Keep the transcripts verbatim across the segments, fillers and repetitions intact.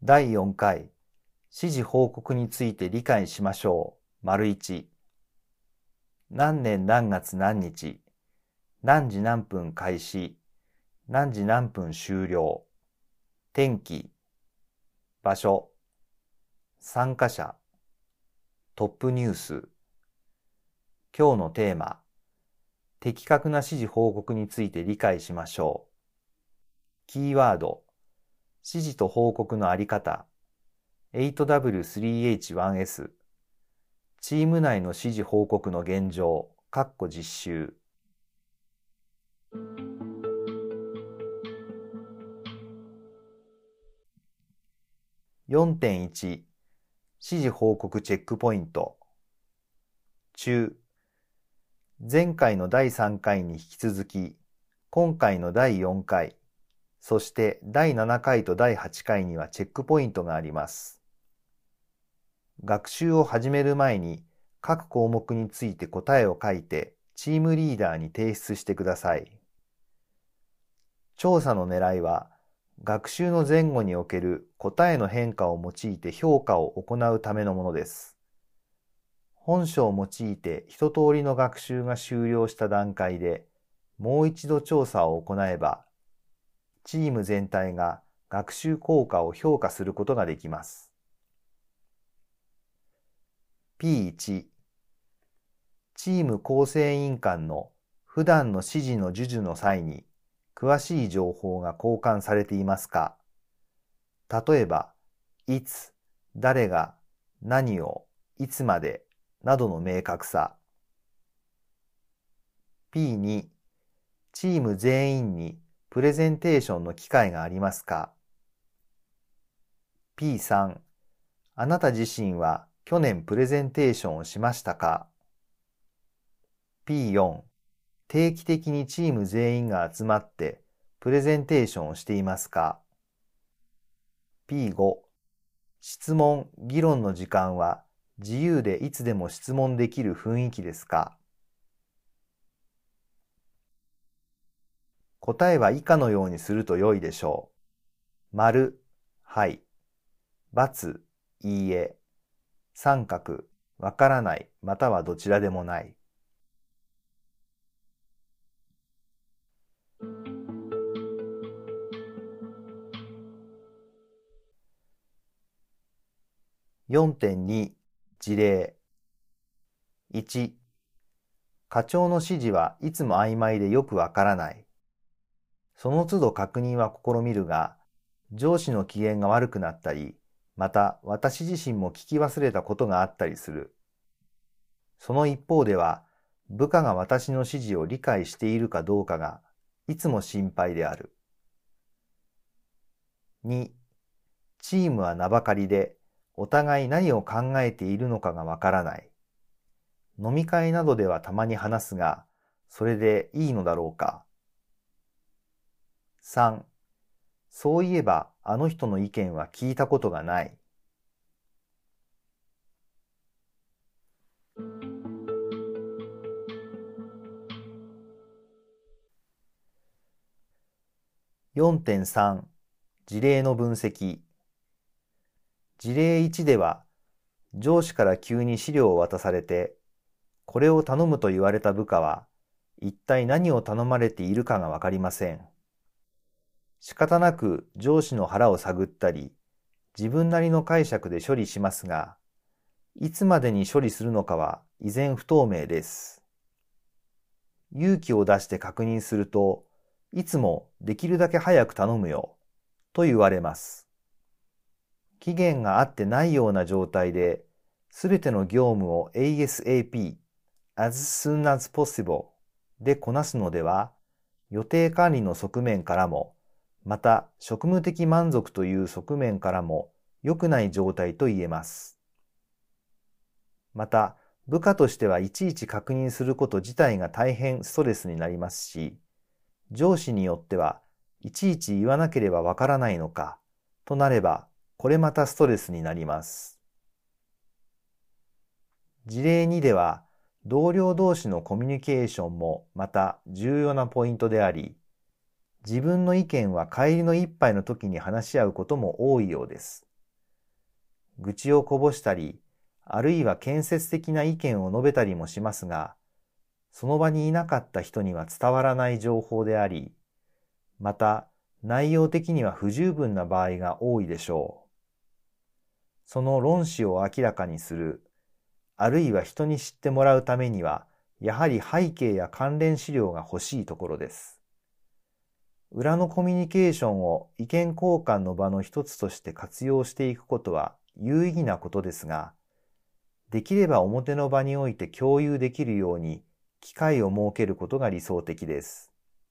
だいよんかい、指示報告について理解しましょう。丸いち。何年何月何日、何時何分開始、何時何分終了、天気、場所、参加者、トップニュース。今日のテーマ、的確な指示報告について理解しましょう。キーワード、指示と報告のあり方、エイトダブリュースリーエイチワンエス、チーム内の指示報告の現状、かっこ実習。よんてんいち、指示報告チェックポイント。中、前回のだいさんかいに引き続き、今回のだいよんかい、そしてだいななかいとだいはちかいにはチェックポイントがあります。学習を始める前に各項目について答えを書いてチームリーダーに提出してください。調査の狙いは、学習の前後における答えの変化を用いて評価を行うためのものです。本書を用いて一通りの学習が終了した段階で、もう一度調査を行えば、チーム全体が学習効果を評価することができます。ピーいち、チーム構成委員間の普段の指示の授受の際に詳しい情報が交換されていますか？例えば、いつ、誰が、何を、いつまでなどの明確さ。ピーに、チーム全員にプレゼンテーションの機会がありますか？ピーさん、あなた自身は去年プレゼンテーションをしましたか？ピーよん、定期的にチーム全員が集まってプレゼンテーションをしていますか？ピーご、質問・議論の時間は自由でいつでも質問できる雰囲気ですか？答えは以下のようにすると良いでしょう。丸、はい。×、いいえ。三角、わからない、またはどちらでもない。よんてんに 事例。いち、課長の指示はいつも曖昧でよくわからない。その都度確認は試みるが、上司の機嫌が悪くなったり、また私自身も聞き忘れたことがあったりする。その一方では、部下が私の指示を理解しているかどうかがいつも心配である。に、チームは名ばかりで、お互い何を考えているのかがわからない。飲み会などではたまに話すが、それでいいのだろうか。さん、そういえばあの人の意見は聞いたことがない。よんてんさん、事例の分析。事例いちでは、上司から急に資料を渡されて、これを頼むと言われた部下は、一体何を頼まれているかがわかりません。仕方なく上司の腹を探ったり、自分なりの解釈で処理しますが、いつまでに処理するのかは依然不透明です。勇気を出して確認すると、いつもできるだけ早く頼むよ、と言われます。期限が合ってないような状態で、すべての業務を エーエスエーピー、as soon as possible でこなすのでは、予定管理の側面からも、また職務的満足という側面からも良くない状態と言えます。また、部下としてはいちいち確認すること自体が大変ストレスになりますし、上司によってはいちいち言わなければわからないのかとなれば、これまたストレスになります。事例にでは、同僚同士のコミュニケーションもまた重要なポイントであり、自分の意見は帰りの一杯の時に話し合うことも多いようです。 愚痴をこぼしたり、あるいは建設的な意見を述べたりもしますが、その場にいなかった人には伝わらない情報であり、また内容的には不十分な場合が多いでしょう。その論旨を明らかにする、あるいは人に知ってもらうためには、やはり背景や関連資料が欲しいところです。裏のコミュニケーションを意見交換の場の一つとして活用していくことは有意義なことですが、できれば表の場において共有できるように機会を設けることが理想的です。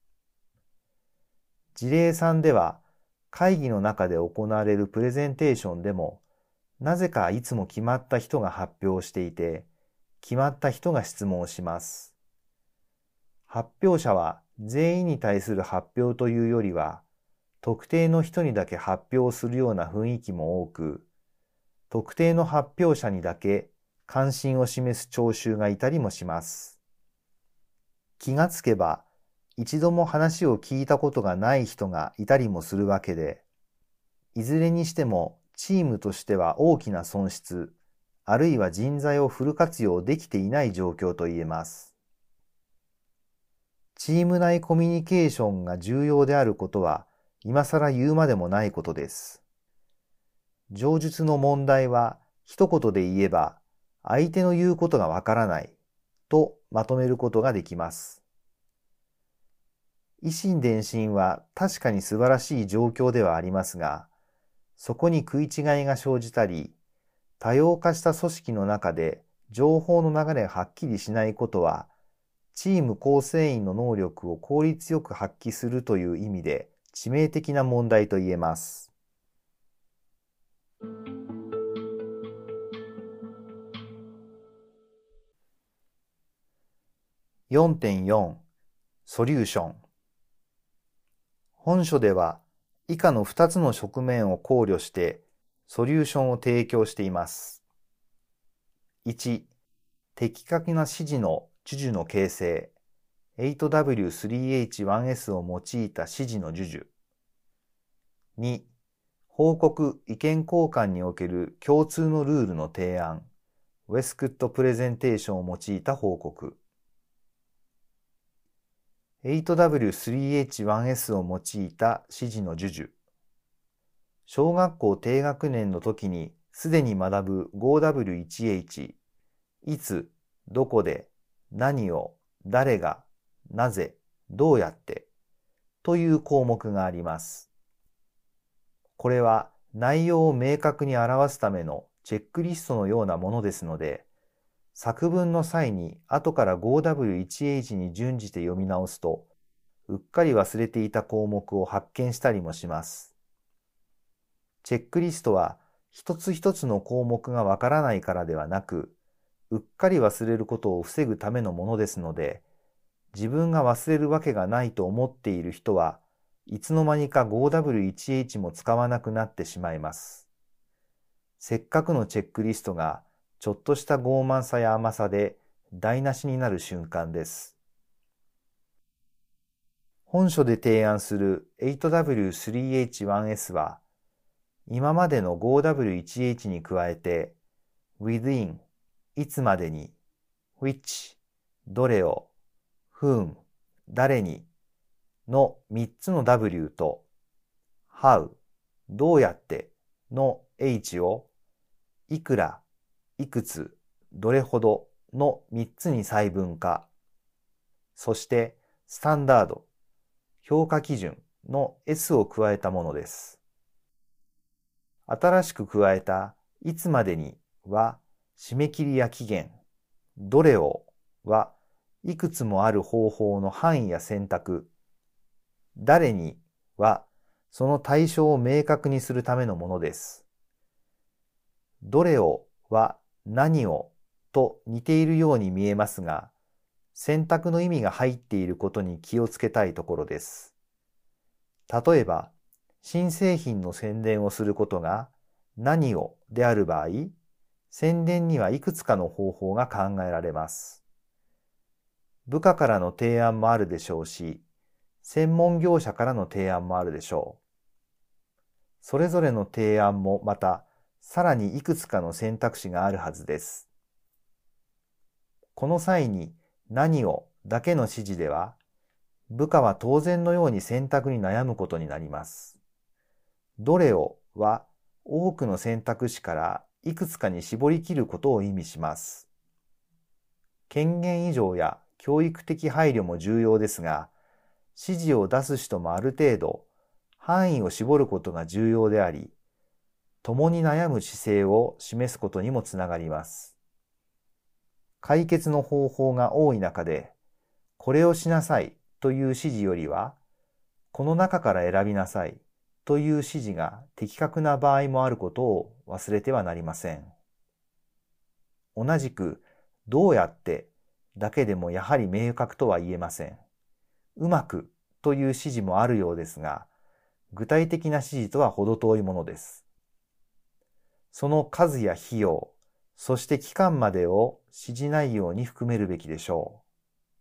事例さんでは、会議の中で行われるプレゼンテーションでも、なぜかいつも決まった人が発表していて、決まった人が質問をします。発表者は全員に対する発表というよりは、特定の人にだけ発表するような雰囲気も多く、特定の発表者にだけ関心を示す聴衆がいたりもします。気がつけば、一度も話を聞いたことがない人がいたりもするわけで、いずれにしてもチームとしては大きな損失、あるいは人材をフル活用できていない状況と言えます。チーム内コミュニケーションが重要であることは、今更言うまでもないことです。上述の問題は、一言で言えば、相手の言うことがわからないとまとめることができます。以心伝心は確かに素晴らしい状況ではありますが、そこに食い違いが生じたり、多様化した組織の中で情報の流れがはっきりしないことは、チーム構成員の能力を効率よく発揮するという意味で致命的な問題と言えます。よんてんよん ソリューション。本書では以下のふたつの側面を考慮してソリューションを提供しています。いち、的確な指示の授受の形成 エイトダブリュースリーエイチワンエス を用いた指示の授受。に、報告・意見交換における共通のルールの提案、ウェスクットプレゼンテーションを用いた報告。エイトダブリュースリーエイチワンエス を用いた指示の授受。小学校低学年の時にすでに学ぶ ファイブダブリューワンエイチ、いつ、どこで、何を、誰が、なぜ、どうやってという項目があります。これは内容を明確に表すためのチェックリストのようなものですので、作文の際に後から ファイブダブリューワンエイチ に準じて読み直すと、うっかり忘れていた項目を発見したりもします。チェックリストは一つ一つの項目がわからないからではなく、うっかり忘れることを防ぐためのものですので、自分が忘れるわけがないと思っている人はいつの間にか ファイブダブリューワンエイチ も使わなくなってしまいます。せっかくのチェックリストがちょっとした傲慢さや甘さで台無しになる瞬間です。本書で提案する エイトダブリュースリーエイチワンエス は、今までの ファイブダブリューワンエイチ に加えて within、いつまでに、which、どれを、whom、誰にのみっつの W と how、どうやっての H をいくら、いくつ、どれほどのみっつに細分化、そしてスタンダード、評価基準の S を加えたものです。新しく加えたいつまでには締め切りや期限、どれをはいくつもある方法の範囲や選択、誰にはその対象を明確にするためのものです。どれをは何をと似ているように見えますが、選択の意味が入っていることに気をつけたいところです。例えば、新製品の宣伝をすることが何をである場合、宣伝にはいくつかの方法が考えられます。部下からの提案もあるでしょうし、専門業者からの提案もあるでしょう。それぞれの提案もまた、 さらにいくつかの選択肢があるはずです。この際に何をだけの指示では、部下は当然のように選択に悩むことになります。どれをは多くの選択肢からいくつかに絞り切ることを意味します。権限移譲や教育的配慮も重要ですが、指示を出す人もある程度範囲を絞ることが重要であり、共に悩む姿勢を示すことにもつながります。解決の方法が多い中で、これをしなさいという指示よりは、この中から選びなさいという指示が的確な場合もあることを忘れてはなりません。同じく、どうやってだけでもやはり明確とは言えません。うまくという指示もあるようですが、具体的な指示とは程遠いものです。その数や費用、そして期間までを指示内容に含めるべきでしょう。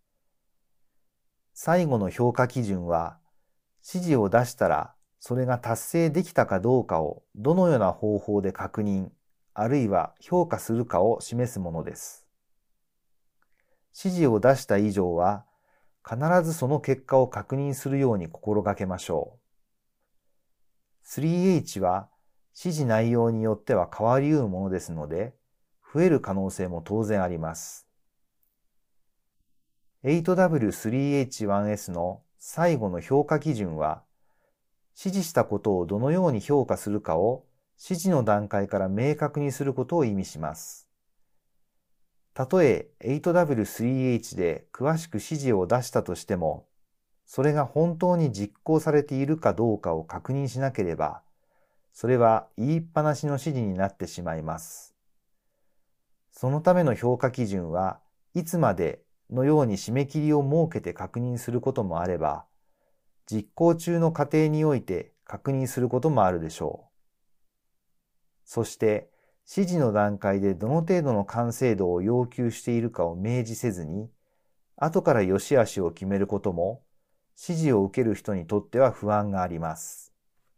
最後の評価基準は、指示を出したらそれが達成できたかどうかをどのような方法で確認、あるいは評価するかを示すものです。指示を出した以上は、必ずその結果を確認するように心がけましょう。スリーエイチ は指示内容によっては変わり得るものですので、増える可能性も当然あります。エイトダブリュースリーエイチワンエス の最後の評価基準は、指示したことをどのように評価するかを指示の段階から明確にすることを意味します。たとえ エイトダブリュースリーエイチ で詳しく指示を出したとしても、それが本当に実行されているかどうかを確認しなければ、それは言いっぱなしの指示になってしまいます。そのための評価基準はいつまでのように締め切りを設けて確認することもあれば、実行中の過程において確認することもあるでしょう。そして、指示の段階でどの程度の完成度を要求しているかを明示せずに、後から良し悪しを決めることも、指示を受ける人にとっては不安があります。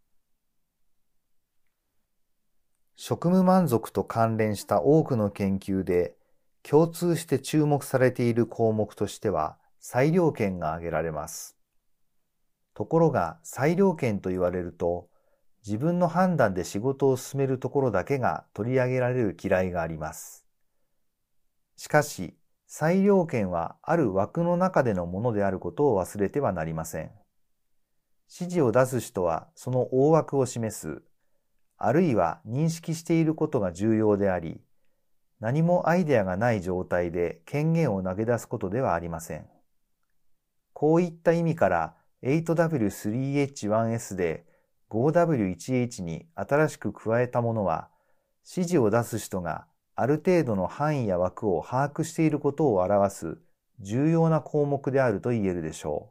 職務満足と関連した多くの研究で、共通して注目されている項目としては、裁量権が挙げられます。ところが、裁量権と言われると、自分の判断で仕事を進めるところだけが取り上げられる嫌いがあります。しかし、裁量権はある枠の中でのものであることを忘れてはなりません。指示を出す人はその大枠を示す、あるいは認識していることが重要であり、何もアイデアがない状態で権限を投げ出すことではありません。こういった意味から エイトダブリュースリーエイチワンエス で ファイブダブリューワンエイチ に新しく加えたものは、指示を出す人がある程度の範囲や枠を把握していることを表す重要な項目であると言えるでしょう。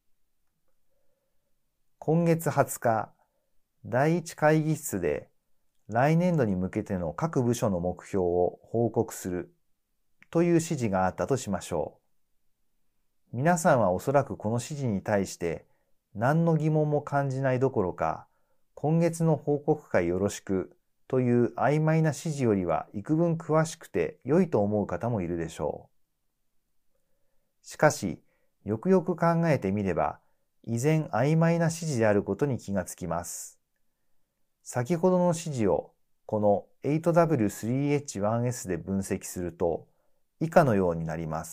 今月はつか、だいいち会議室で来年度に向けての各部署の目標を報告するという指示があったとしましょう。皆さんはおそらくこの指示に対して何の疑問も感じないどころか、今月の報告会よろしくという曖昧な指示よりは幾分詳しくて良いと思う方もいるでしょう。しかし、よくよく考えてみれば、依然曖昧な指示であることに気がつきます。先ほどの指示をこの エイトダブリュースリーエイチワンエス で分析すると、以下のようになります。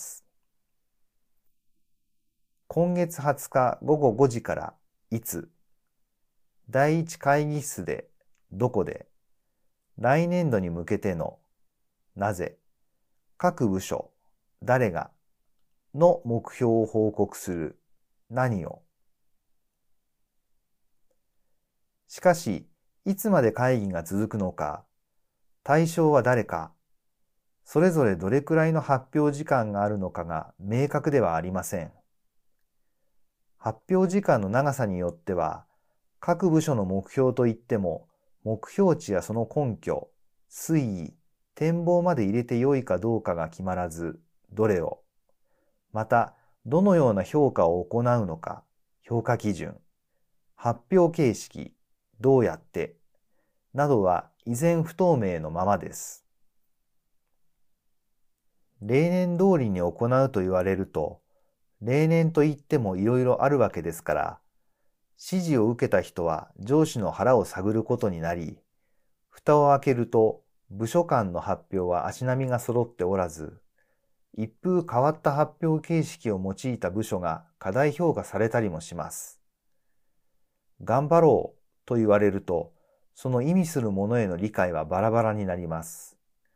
今月はつかごごごじからいつ、だいいち会議室でどこで、来年度に向けてのなぜ、各部署誰がの目標を報告する何を。しかし、いつまで会議が続くのか、対象は誰か、それぞれどれくらいの発表時間があるのかが明確ではありません。発表時間の長さによっては、各部署の目標といっても、目標値やその根拠、推移、展望まで入れて良いかどうかが決まらず、どれを、また、どのような評価を行うのか、評価基準、発表形式、どうやって、 などは依然不透明のままです。例年通りに行うと言われると、例年といってもいろいろあるわけですから、指示を受けた人は上司の腹を探ることになり、蓋を開けると部署間の発表は足並みが揃っておらず、一風変わった発表形式を用いた部署が過大評価されたりもします。頑張ろうと言われると、その意味するものへの理解はバラバラになります。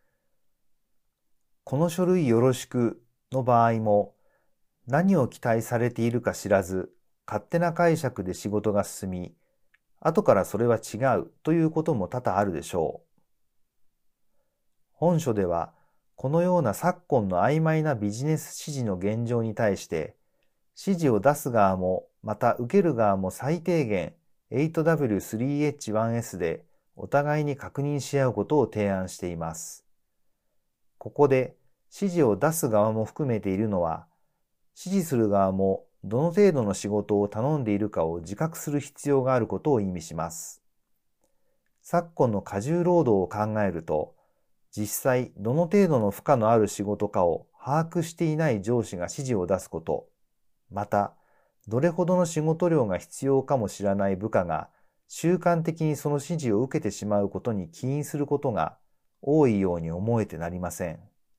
この書類よろしくの場合も、何を期待されているか知らず、勝手な解釈で仕事が進み、後からそれは違うということも多々あるでしょう。本書では、このような昨今の曖昧なビジネス指示の現状に対して、指示を出す側も、また受ける側も最低限 エイトダブリュースリーエイチワンエス でお互いに確認し合うことを提案しています。ここで指示を出す側も含めているのは、指示する側もどの程度の仕事を頼んでいるかを自覚する必要があることを意味します。昨今の過重労働を考えると、実際どの程度の負荷のある仕事かを把握していない上司が指示を出すこと、また、どれほどの仕事量が必要かも知らない部下が習慣的にその指示を受けてしまうことに起因することが多いように思えてなりません。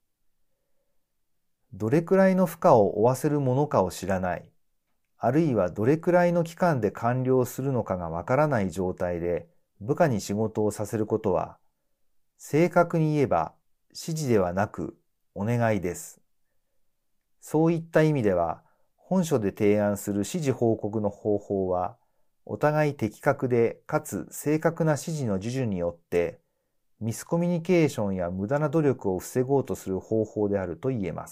どれくらいの負荷を負わせるものかを知らない、あるいはどれくらいの期間で完了するのかがわからない状態で部下に仕事をさせることは、正確に言えば指示ではなくお願いです。そういった意味では、本書で提案する指示報告の方法は、お互い的確でかつ正確な指示の授受によって、ミスコミュニケーションや無駄な努力を防ごうとする方法であると言えます。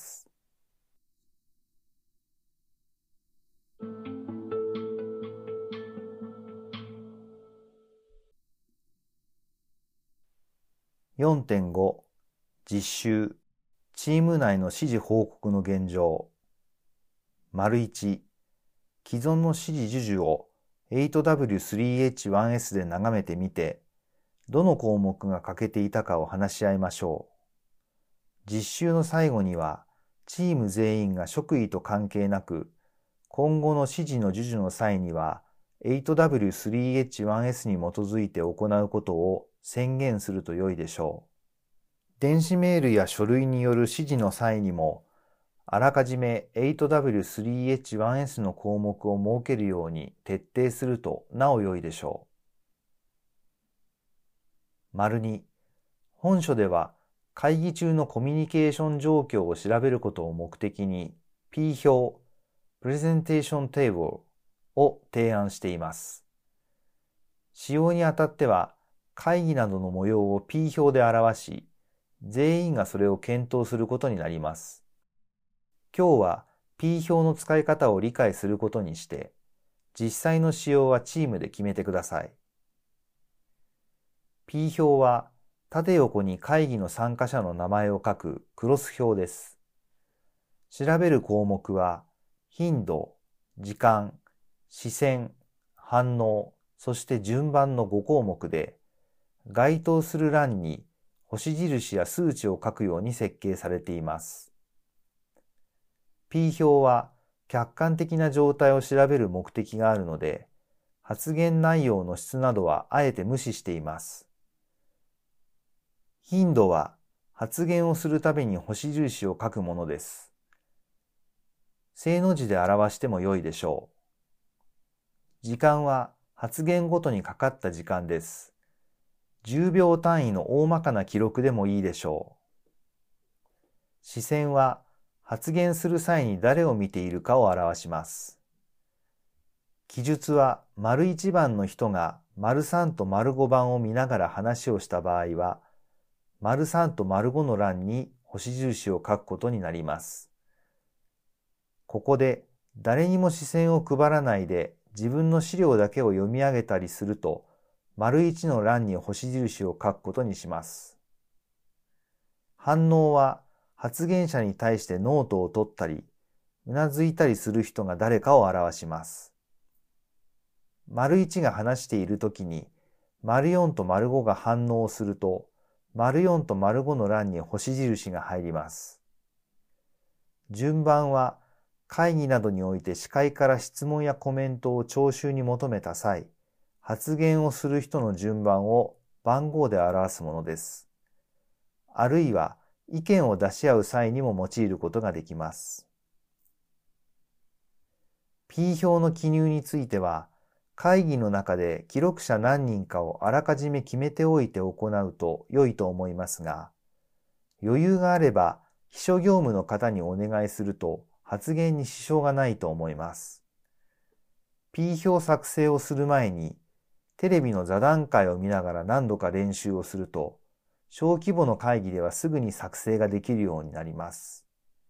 よんてんご 実習チーム内の指示報告の現状。丸いち、既存の指示授受を エイトダブリュースリーエイチワンエス で眺めてみて、どの項目が欠けていたかを話し合いましょう。実習の最後には、チーム全員が職位と関係なく、今後の指示の授受の際には エイトダブリュースリーエイチワンエス に基づいて行うことを宣言すると良いでしょう。電子メールや書類による指示の際にも、あらかじめ エイトダブリュースリーエイチワンエス の項目を設けるように徹底するとなお良いでしょう。丸に、本書では会議中のコミュニケーション状況を調べることを目的に P 表、Presentation Table を提案しています。使用にあたっては会議などの模様を P 表で表し、全員がそれを検討することになります。今日は P 表の使い方を理解することにして、実際の使用はチームで決めてください。P 表は縦横に会議の参加者の名前を書くクロス表です。調べる項目は頻度、時間、視線、反応、そして順番のご項目で、該当する欄に星印や数値を書くように設計されています。P 表は客観的な状態を調べる目的があるので、発言内容の質などはあえて無視しています。頻度は発言をするたびに星印を書くものです。正の字で表しても良いでしょう。時間は発言ごとにかかった時間です。じゅうびょう単位の大まかな記録でもいいでしょう。視線は発言する際に誰を見ているかを表します。記述は丸いちばんの人が丸さんと丸ごばんを見ながら話をした場合は、丸さんと丸ごの欄に星印を書くことになります。ここで誰にも視線を配らないで自分の資料だけを読み上げたりすると、丸いちの欄に星印を書くことにします。反応は発言者に対してノートを取ったり、うなずいたりする人が誰かを表します。丸いちが話しているときに、 丸よんと丸ごが反応すると、丸よんと丸ごの欄に星印が入ります。順番は、会議などにおいて司会から質問やコメントを聴衆に求めた際、発言をする人の順番を番号で表すものです。あるいは、意見を出し合う際にも用いることができます。P 票の記入については、会議の中で記録者何人かをあらかじめ決めておいて行うと良いと思いますが、余裕があれば秘書業務の方にお願いすると発言に支障がないと思います。P 票作成をする前に、テレビの座談会を見ながら何度か練習をすると、小規模の会議ではすぐに作成ができるようになります。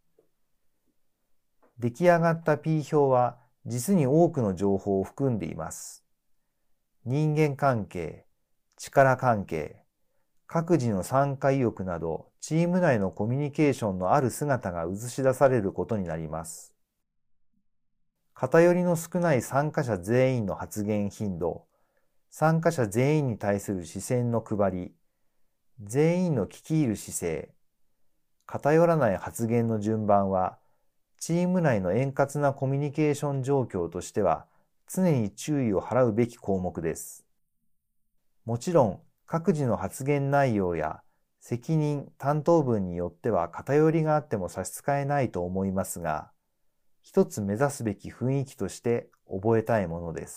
出来上がった P 票は実に多くの情報を含んでいます。人間関係、力関係、各自の参加意欲など、チーム内のコミュニケーションのある姿が映し出されることになります。偏りの少ない参加者全員の発言頻度、参加者全員に対する視線の配り、全員の聞き入る姿勢、偏らない発言の順番は、チーム内の円滑なコミュニケーション状況としては、常に注意を払うべき項目です。もちろん、各自の発言内容や責任・担当分によっては偏りがあっても差し支えないと思いますが、一つ目指すべき雰囲気として覚えたいものです。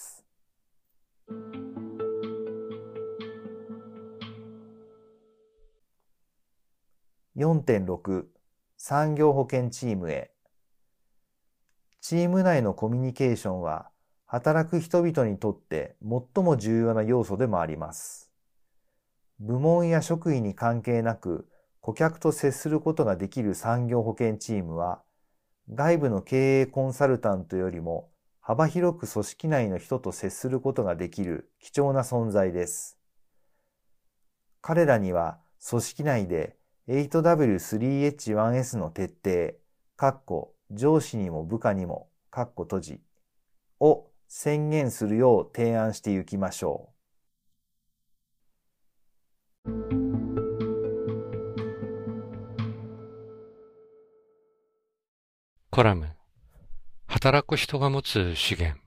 よんてんろく 産業保険チームへ。チーム内のコミュニケーションは働く人々にとって最も重要な要素でもあります。部門や職位に関係なく顧客と接することができる産業保険チームは、外部の経営コンサルタントよりも幅広く組織内の人と接することができる貴重な存在です。彼らには組織内で エイトダブリュースリーエイチワンエス の徹底、かっこ上司にも部下にも、かっこ閉じ、を宣言するよう提案していきましょう。 コラム、働く人が持つ資源。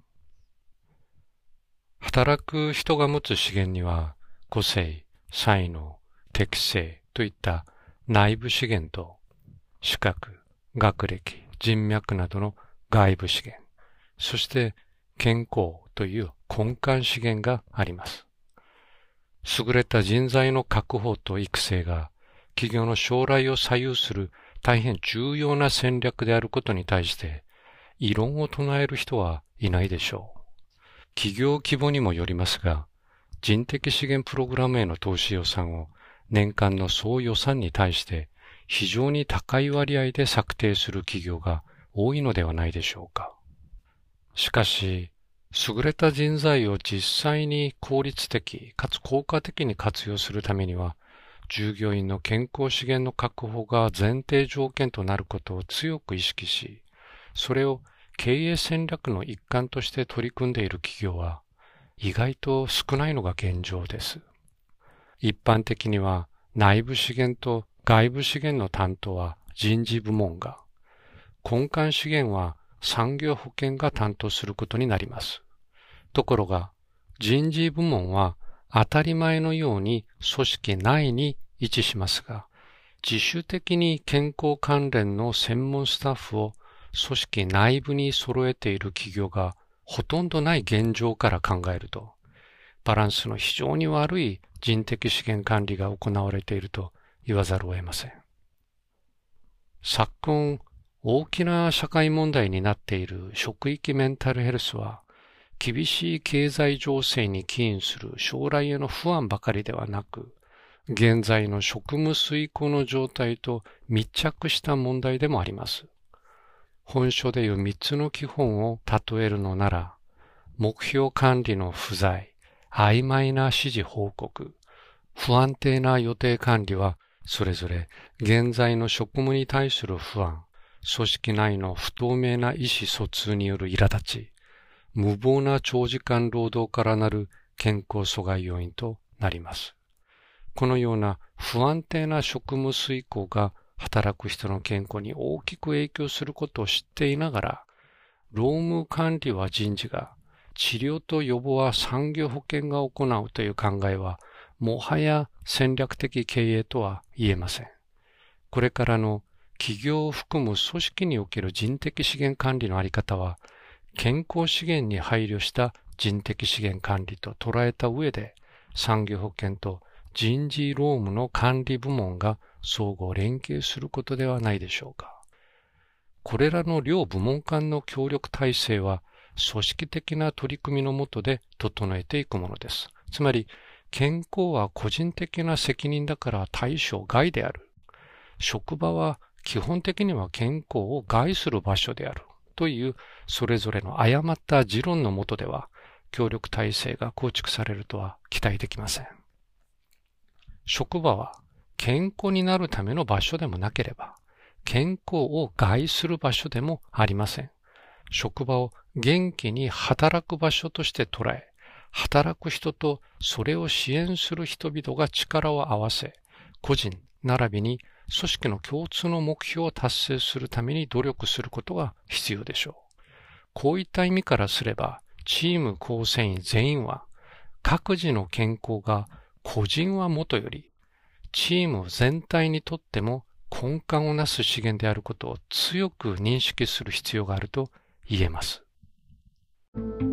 働く人が持つ資源には、個性、才能、適性といった内部資源と、資格、学歴、人脈などの外部資源、そして健康という根幹資源があります。優れた人材の確保と育成が企業の将来を左右する大変重要な戦略であることに対して異論を唱える人はいないでしょう。企業規模にもよりますが、人的資源プログラムへの投資予算を年間の総予算に対して非常に高い割合で策定する企業が多いのではないでしょうか。しかし、優れた人材を実際に効率的かつ効果的に活用するためには、従業員の健康資源の確保が前提条件となることを強く意識し、それを経営戦略の一環として取り組んでいる企業は意外と少ないのが現状です。一般的には内部資源と外部資源の担当は人事部門が、根幹資源は産業保険が担当することになります。ところが、人事部門は当たり前のように組織内に位置しますが、自主的に健康関連の専門スタッフを組織内部に揃えている企業がほとんどない現状から考えると、バランスの非常に悪い人的資源管理が行われていると言わざるを得ません。昨今、大きな社会問題になっている職域メンタルヘルスは、厳しい経済情勢に起因する将来への不安ばかりではなく、現在の職務遂行の状態と密着した問題でもあります。本書でいう三つの基本を例えるのなら、目標管理の不在、曖昧な指示報告、不安定な予定管理は、それぞれ現在の職務に対する不安、組織内の不透明な意思疎通による苛立ち、無謀な長時間労働からなる健康阻害要因となります。このような不安定な職務遂行が働く人の健康に大きく影響することを知っていながら、労務管理は人事が、治療と予防は産業保険が行うという考えは、もはや戦略的経営とは言えません。これからの企業を含む組織における人的資源管理のあり方は、健康資源に配慮した人的資源管理と捉えた上で、産業保険と人事労務の管理部門が相互連携することではないでしょうか。これらの両部門間の協力体制は、組織的な取り組みの下で整えていくものです。つまり、健康は個人的な責任だから対象外である。職場は基本的には健康を害する場所である。というそれぞれの誤った持論の下では、協力体制が構築されるとは期待できません。職場は健康になるための場所でもなければ、健康を害する場所でもありません。職場を元気に働く場所として捉え、働く人とそれを支援する人々が力を合わせ、個人並びに組織の共通の目標を達成するために努力することが必要でしょう。こういった意味からすれば、チーム構成員全員は、各自の健康が個人はもとより、チーム全体にとっても根幹をなす資源であることを強く認識する必要があると言えます。